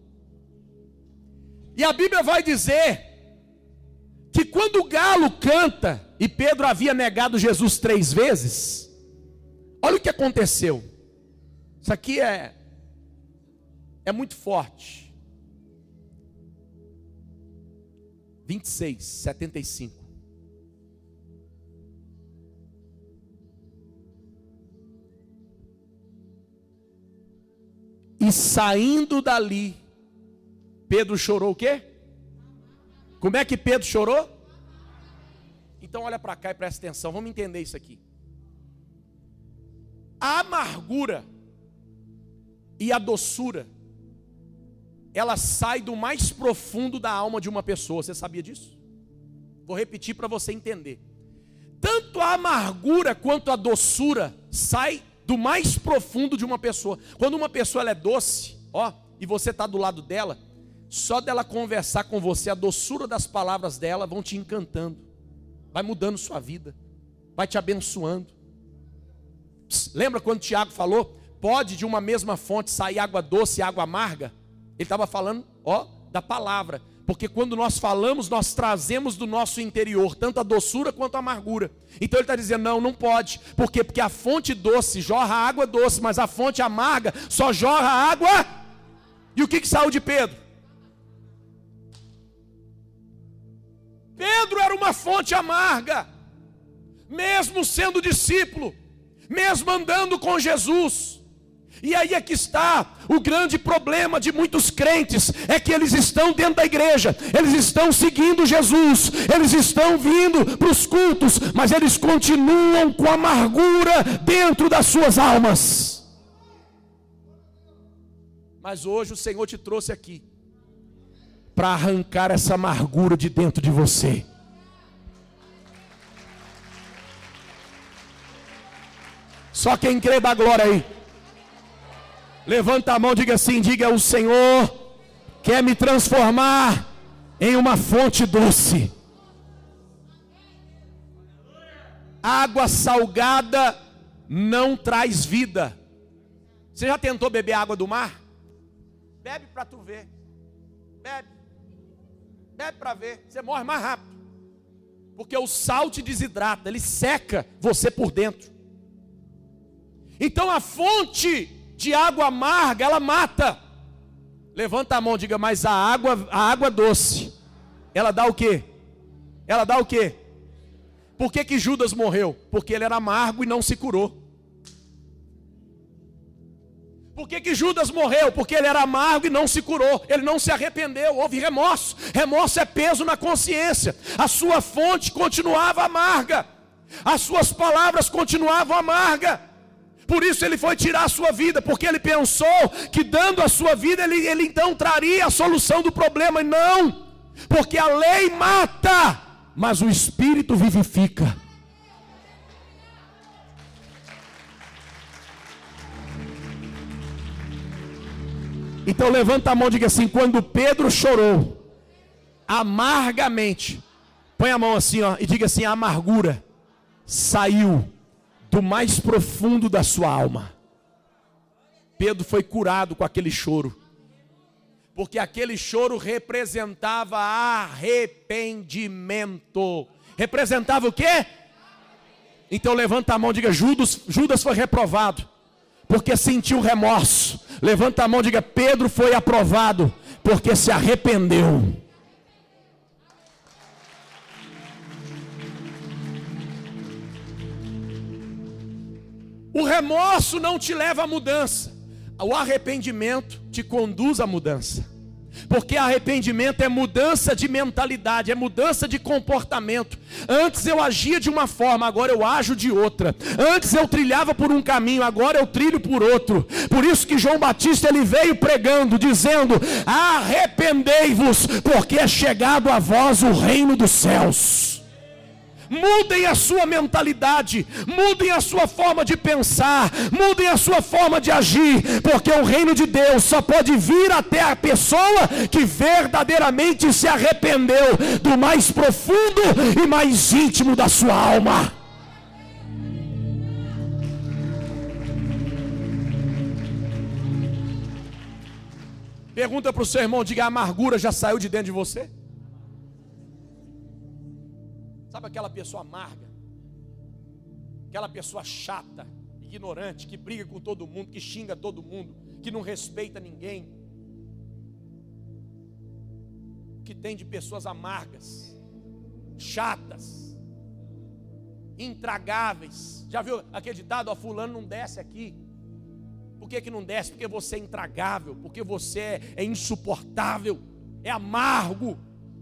E a Bíblia vai dizer que quando o galo canta, e Pedro havia negado Jesus 3 vezes, olha o que aconteceu. Isso aqui é muito forte. 26, 75. E saindo dali, Pedro chorou o quê? Como é que Pedro chorou? Então olha para cá e presta atenção, vamos entender isso aqui. A amargura e a doçura, ela sai do mais profundo da alma de uma pessoa. Você sabia disso? Vou repetir para você entender. Tanto a amargura quanto a doçura sai do mais profundo de uma pessoa. Quando uma pessoa ela é doce, ó, e você está do lado dela, só dela conversar com você, a doçura das palavras dela vão te encantando, vai mudando sua vida, vai te abençoando. Lembra quando Tiago falou, pode de uma mesma fonte sair água doce e água amarga? Ele estava falando, ó, da palavra, porque quando nós falamos, nós trazemos do nosso interior tanto a doçura quanto a amargura. Então ele está dizendo, não pode. Por quê? Porque a fonte doce jorra água doce, mas a fonte amarga só jorra água. E o que saiu de Pedro? Pedro era uma fonte amarga, mesmo sendo discípulo, mesmo andando com Jesus. E aí é que está o grande problema de muitos crentes, é que eles estão dentro da igreja, eles estão seguindo Jesus, eles estão vindo para os cultos, mas eles continuam com amargura dentro das suas almas. Mas hoje o Senhor te trouxe aqui para arrancar essa amargura de dentro de você. Só quem crê dá glória aí. Levanta a mão, diga assim, diga: o Senhor quer me transformar em uma fonte doce. Água salgada não traz vida. Você já tentou beber água do mar? Bebe para tu ver. Bebe para ver, você morre mais rápido. Porque o sal te desidrata, ele seca você por dentro. Então a fonte de água amarga, ela mata. Levanta a mão, diga, mas a água doce, ela dá o quê? Ela dá o quê? Por que que Judas morreu? Porque ele era amargo e não se curou. Por que que Judas morreu? Porque ele era amargo e não se curou. Ele não se arrependeu, houve remorso. Remorso é peso na consciência. A sua fonte continuava amarga. As suas palavras continuavam amargas. Por isso ele foi tirar a sua vida, porque ele pensou que dando a sua vida, ele então traria a solução do problema. E não, porque a lei mata, mas o Espírito vivifica. Então levanta a mão e diga assim, quando Pedro chorou amargamente, põe a mão assim, ó, e diga assim, a amargura saiu do mais profundo da sua alma. Pedro foi curado com aquele choro, porque aquele choro representava arrependimento. Representava o quê? Então levanta a mão e diga, Judas foi reprovado, porque sentiu remorso. Levanta a mão e diga, Pedro foi aprovado, porque se arrependeu. O remorso não te leva à mudança. O arrependimento te conduz à mudança. Porque arrependimento é mudança de mentalidade, é mudança de comportamento. Antes eu agia de uma forma, agora eu ajo de outra. Antes eu trilhava por um caminho, agora eu trilho por outro. Por isso que João Batista ele veio pregando, dizendo, arrependei-vos, porque é chegado a vós o reino dos céus. Mudem a sua mentalidade, mudem a sua forma de pensar, mudem a sua forma de agir, porque o reino de Deus só pode vir até a pessoa que verdadeiramente se arrependeu do mais profundo e mais íntimo da sua alma. Pergunta para o seu irmão, diga, a amargura já saiu de dentro de você? Sabe aquela pessoa amarga? Aquela pessoa chata, ignorante, que briga com todo mundo, que xinga todo mundo, que não respeita ninguém. Que tem de pessoas amargas, chatas, intragáveis. Já viu aquele ditado, ó, fulano não desce aqui. Por que que não desce? Porque você é intragável, porque você é insuportável, é amargo.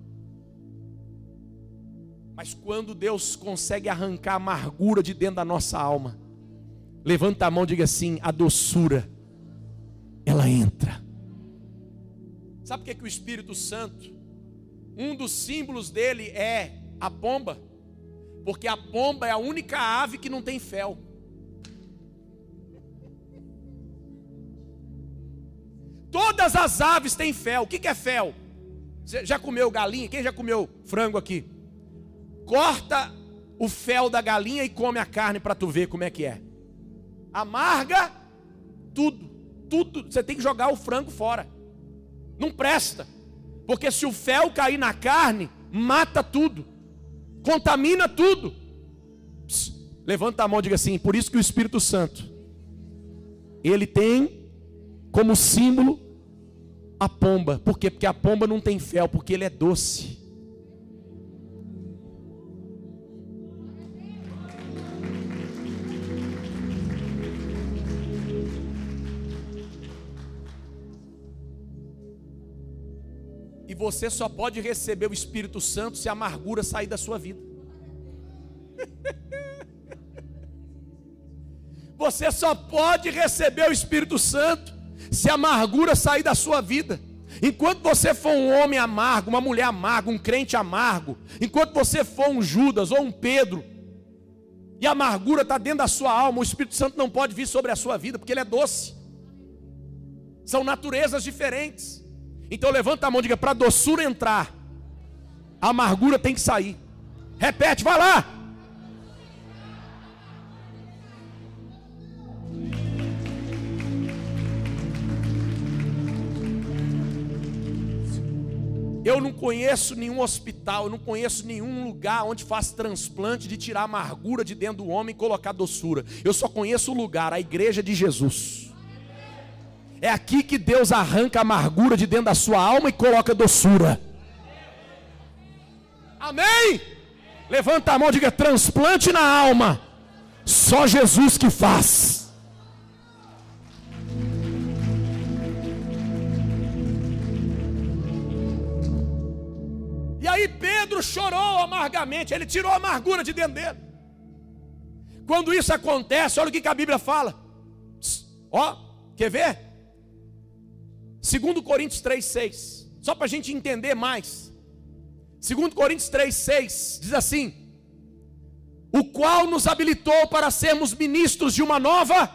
Mas quando Deus consegue arrancar a amargura de dentro da nossa alma, levanta a mão e diga assim, a doçura, ela entra. Sabe por que o Espírito Santo, um dos símbolos dele é a pomba? Porque a pomba é a única ave que não tem fel. Todas as aves têm fel. O que é fel? Você já comeu galinha? Quem já comeu frango aqui? Corta o fel da galinha e come a carne para tu ver como é que é. Amarga tudo. Você tem que jogar o frango fora. Não presta. Porque se o fel cair na carne, mata tudo. Contamina tudo. Levanta a mão e diga assim, por isso que o Espírito Santo, ele tem como símbolo a pomba. Por quê? Porque a pomba não tem fel, porque ele é doce. E você só pode receber o Espírito Santo se a amargura sair da sua vida. Você só pode receber o Espírito Santo se a amargura sair da sua vida. Enquanto você for um homem amargo, uma mulher amarga, um crente amargo, enquanto você for um Judas ou um Pedro, e a amargura está dentro da sua alma, o Espírito Santo não pode vir sobre a sua vida, porque ele é doce. São naturezas diferentes. Então levanta a mão e diga, para a doçura entrar, a amargura tem que sair. Repete, vai lá. Eu não conheço nenhum hospital, eu não conheço nenhum lugar onde faz transplante de tirar a amargura de dentro do homem e colocar doçura. Eu só conheço o lugar, a igreja de Jesus. É aqui que Deus arranca a amargura de dentro da sua alma e coloca doçura. Amém? Levanta a mão e diga: transplante na alma, só Jesus que faz. E aí Pedro chorou amargamente, ele tirou a amargura de dentro dele. Quando isso acontece, olha o que a Bíblia fala. Ó, quer ver? 2 Coríntios 3,6. Só para a gente entender mais. 2 Coríntios 3,6 diz assim: o qual nos habilitou para sermos ministros de uma nova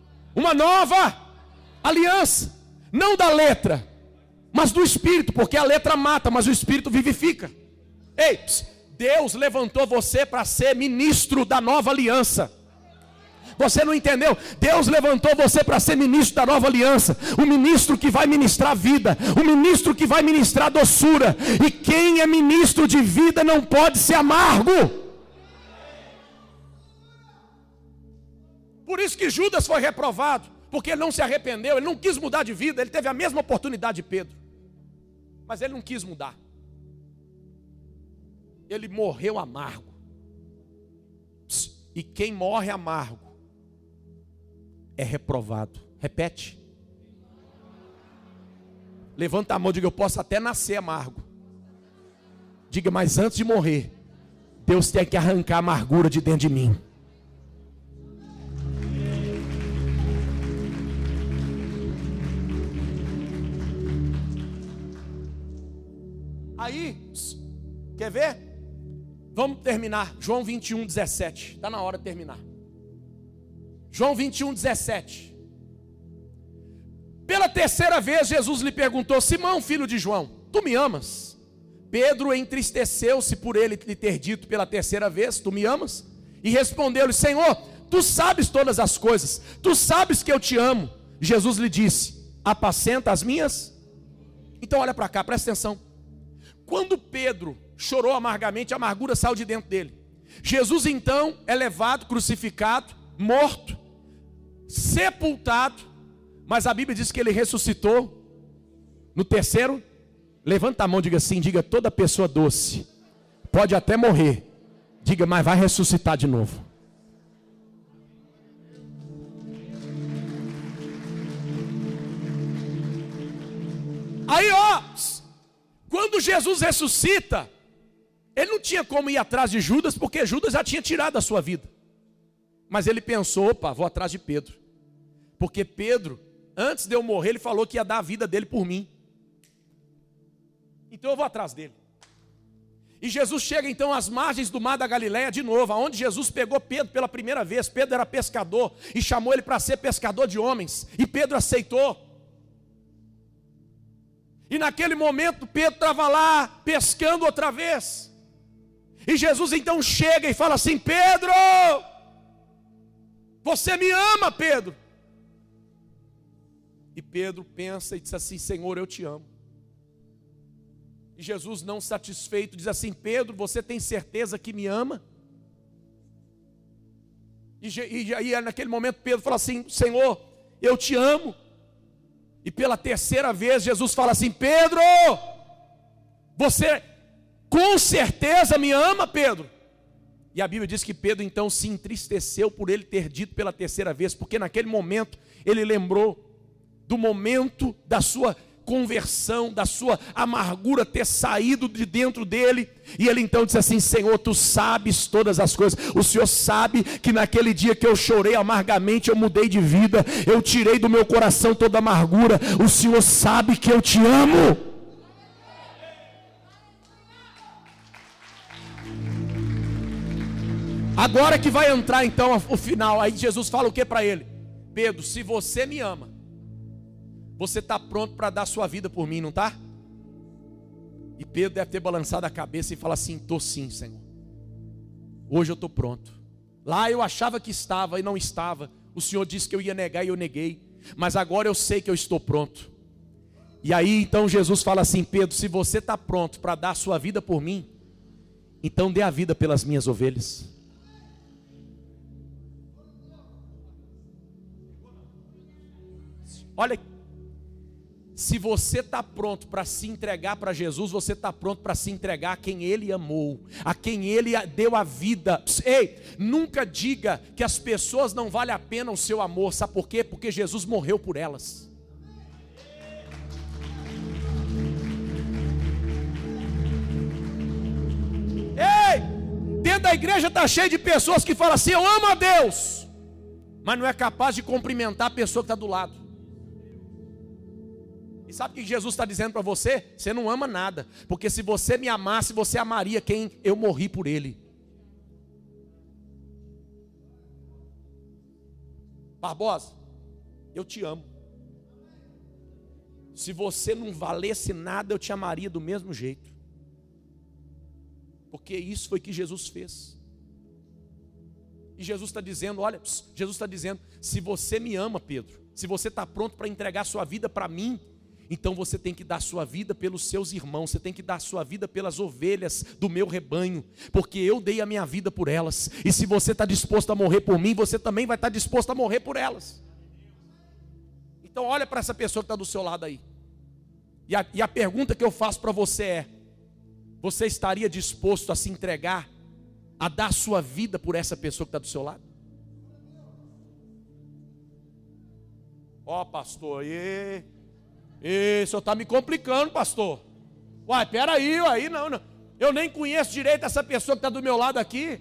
aliança. Não da letra, mas do Espírito, porque a letra mata, mas o Espírito vivifica. Ei, Deus levantou você para ser ministro da nova aliança. Você não entendeu? Deus levantou você para ser ministro da nova aliança. O ministro que vai ministrar vida, o ministro que vai ministrar doçura. E quem é ministro de vida não pode ser amargo. Por isso que Judas foi reprovado, porque ele não se arrependeu, ele não quis mudar de vida. Ele teve a mesma oportunidade de Pedro, mas ele não quis mudar. Ele morreu amargo. E quem morre amargo é reprovado. Repete. Levanta a mão e diga: eu posso até nascer amargo. Diga: mas antes de morrer, Deus tem que arrancar a amargura de dentro de mim. Aí, quer ver? Vamos terminar. João 21:17. Está na hora de terminar. João 21:17. Pela terceira vez Jesus lhe perguntou: Simão, filho de João, tu me amas? Pedro entristeceu-se por ele lhe ter dito pela terceira vez: tu me amas? E respondeu-lhe: Senhor, tu sabes todas as coisas, tu sabes que eu te amo. Jesus lhe disse: apacenta as minhas. Então olha para cá, presta atenção. Quando Pedro chorou amargamente, a amargura saiu de dentro dele. Jesus então é levado, crucificado, morto, sepultado, mas a Bíblia diz que ele ressuscitou no terceiro. Levanta a mão, diga assim, diga: toda pessoa doce pode até morrer, diga, mas vai ressuscitar de novo. Aí ó, quando Jesus ressuscita, ele não tinha como ir atrás de Judas, porque Judas já tinha tirado a sua vida. Mas ele pensou: opa, vou atrás de Pedro. Porque Pedro, antes de eu morrer, ele falou que ia dar a vida dele por mim. Então eu vou atrás dele. E Jesus chega então às margens do mar da Galileia de novo, aonde Jesus pegou Pedro pela primeira vez. Pedro era pescador e chamou ele para ser pescador de homens. E Pedro aceitou. E naquele momento Pedro estava lá pescando outra vez. E Jesus então chega e fala assim: Pedro, você me ama, Pedro? E Pedro pensa e diz assim: Senhor, eu te amo. E Jesus, não satisfeito, diz assim: Pedro, você tem certeza que me ama? E aí naquele momento Pedro fala assim: Senhor, eu te amo. E pela terceira vez Jesus fala assim: Pedro, você com certeza me ama, Pedro? E a Bíblia diz que Pedro então se entristeceu por ele ter dito pela terceira vez, porque naquele momento ele lembrou do momento da sua conversão, da sua amargura ter saído de dentro dele. E ele então disse assim: Senhor, tu sabes todas as coisas. O Senhor sabe que naquele dia que eu chorei amargamente, eu mudei de vida, eu tirei do meu coração toda amargura. O Senhor sabe que eu te amo. Agora que vai entrar então o final. Aí Jesus fala o que para ele? Pedro, se você me ama, você está pronto para dar sua vida por mim, não está? E Pedro deve ter balançado a cabeça e falar assim: estou sim, Senhor. Hoje eu estou pronto. Lá eu achava que estava e não estava. O Senhor disse que eu ia negar e eu neguei. Mas agora eu sei que eu estou pronto. E aí então Jesus fala assim: Pedro, se você está pronto para dar sua vida por mim, então dê a vida pelas minhas ovelhas. Se você está pronto para se entregar para Jesus, você está pronto para se entregar a quem Ele amou, a quem Ele deu a vida. Ei, nunca diga que as pessoas não valem a pena o seu amor. Sabe por quê? Porque Jesus morreu por elas. Ei, dentro da igreja está cheio de pessoas que falam assim: eu amo a Deus, mas não é capaz de cumprimentar a pessoa que está do lado. E sabe o que Jesus está dizendo para você? Você não ama nada, porque se você me amasse, você amaria quem eu morri por ele. Barbosa, eu te amo. Se você não valesse nada, eu te amaria do mesmo jeito, porque isso foi que Jesus fez. E Jesus está dizendo, olha, Jesus está dizendo: se você me ama, Pedro, se você está pronto para entregar sua vida para mim, então você tem que dar sua vida pelos seus irmãos, você tem que dar sua vida pelas ovelhas do meu rebanho, porque eu dei a minha vida por elas. E se você está disposto a morrer por mim, você também vai estar disposto a morrer por elas. Então olha para essa pessoa que está do seu lado aí, e a pergunta que eu faço para você é: você estaria disposto a se entregar, a dar sua vida por essa pessoa que está do seu lado? Ó, pastor, o senhor está me complicando, pastor. Uai, peraí, aí não. Eu nem conheço direito essa pessoa que está do meu lado aqui.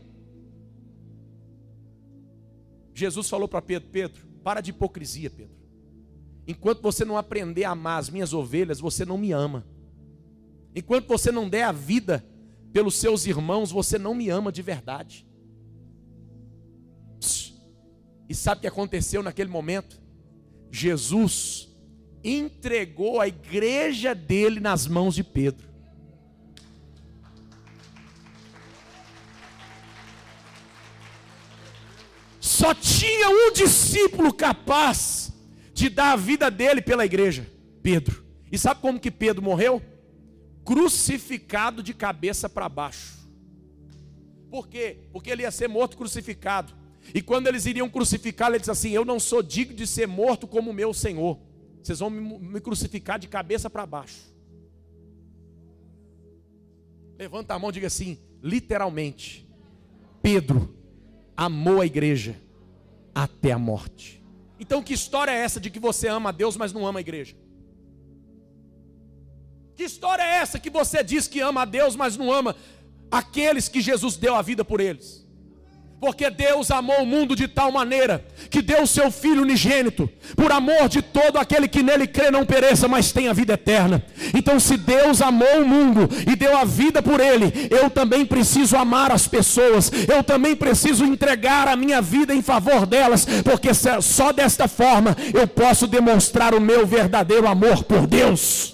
Jesus falou para Pedro: Pedro, para de hipocrisia, Pedro. Enquanto você não aprender a amar as minhas ovelhas, você não me ama. Enquanto você não der a vida pelos seus irmãos, você não me ama de verdade. E sabe o que aconteceu naquele momento? Jesus entregou a igreja dele nas mãos de Pedro. Só tinha um discípulo capaz de dar a vida dele pela igreja: Pedro. E sabe como que Pedro morreu? Crucificado de cabeça para baixo. Por quê? Porque ele ia ser morto crucificado. E quando eles iriam crucificá-lo, ele disse assim: eu não sou digno de ser morto como o meu Senhor. Vocês vão me crucificar de cabeça para baixo. Levanta a mão e diga assim: literalmente, Pedro amou a igreja até a morte. Então que história é essa de que você ama a Deus, mas não ama a igreja? Que história é essa que você diz que ama a Deus, mas não ama aqueles que Jesus deu a vida por eles? Porque Deus amou o mundo de tal maneira que deu o seu Filho unigênito, por amor de todo aquele que nele crê não pereça, mas tenha vida eterna. Então, se Deus amou o mundo e deu a vida por ele, eu também preciso amar as pessoas, eu também preciso entregar a minha vida em favor delas, porque só desta forma eu posso demonstrar o meu verdadeiro amor por Deus.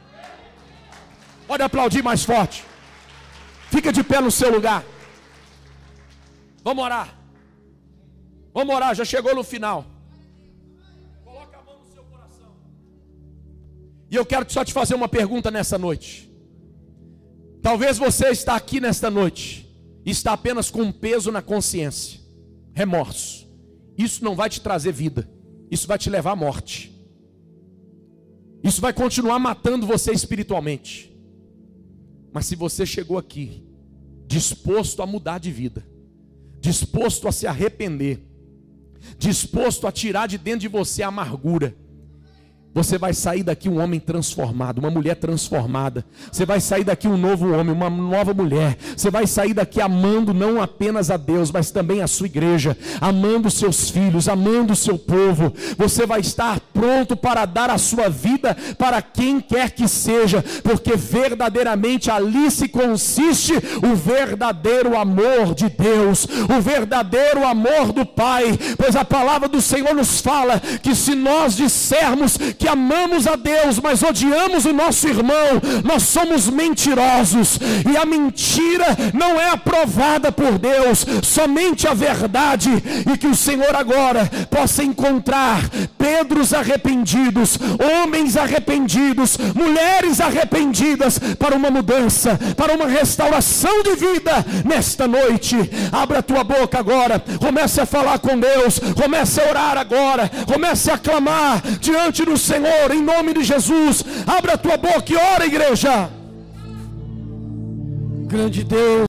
Pode aplaudir mais forte. Fica de pé no seu lugar. Vamos orar. Vamos orar, já chegou no final. Coloca a mão no seu coração. E eu quero só te fazer uma pergunta nessa noite. Talvez você está aqui nesta noite e está apenas com um peso na consciência, remorso. Isso não vai te trazer vida, isso vai te levar à morte. Isso vai continuar matando você espiritualmente. Mas se você chegou aqui disposto a mudar de vida, disposto a se arrepender, disposto a tirar de dentro de você a amargura, você vai sair daqui um homem transformado, uma mulher transformada. Você vai sair daqui um novo homem, uma nova mulher. Você vai sair daqui amando não apenas a Deus, mas também a sua igreja, amando seus filhos, amando o seu povo. Você vai estar pronto para dar a sua vida para quem quer que seja, porque verdadeiramente ali se consiste o verdadeiro amor de Deus, o verdadeiro amor do Pai. Pois a palavra do Senhor nos fala que se nós dissermos que amamos a Deus, mas odiamos o nosso irmão, nós somos mentirosos, e a mentira não é aprovada por Deus, somente a verdade. E que o Senhor agora possa encontrar Pedros arrependidos, homens arrependidos, mulheres arrependidas, para uma mudança, para uma restauração de vida nesta noite. Abra a tua boca agora, comece a falar com Deus, comece a orar agora, comece a clamar diante do Senhor. Senhor, em nome de Jesus. Abra a tua boca e ora, igreja. Grande Deus.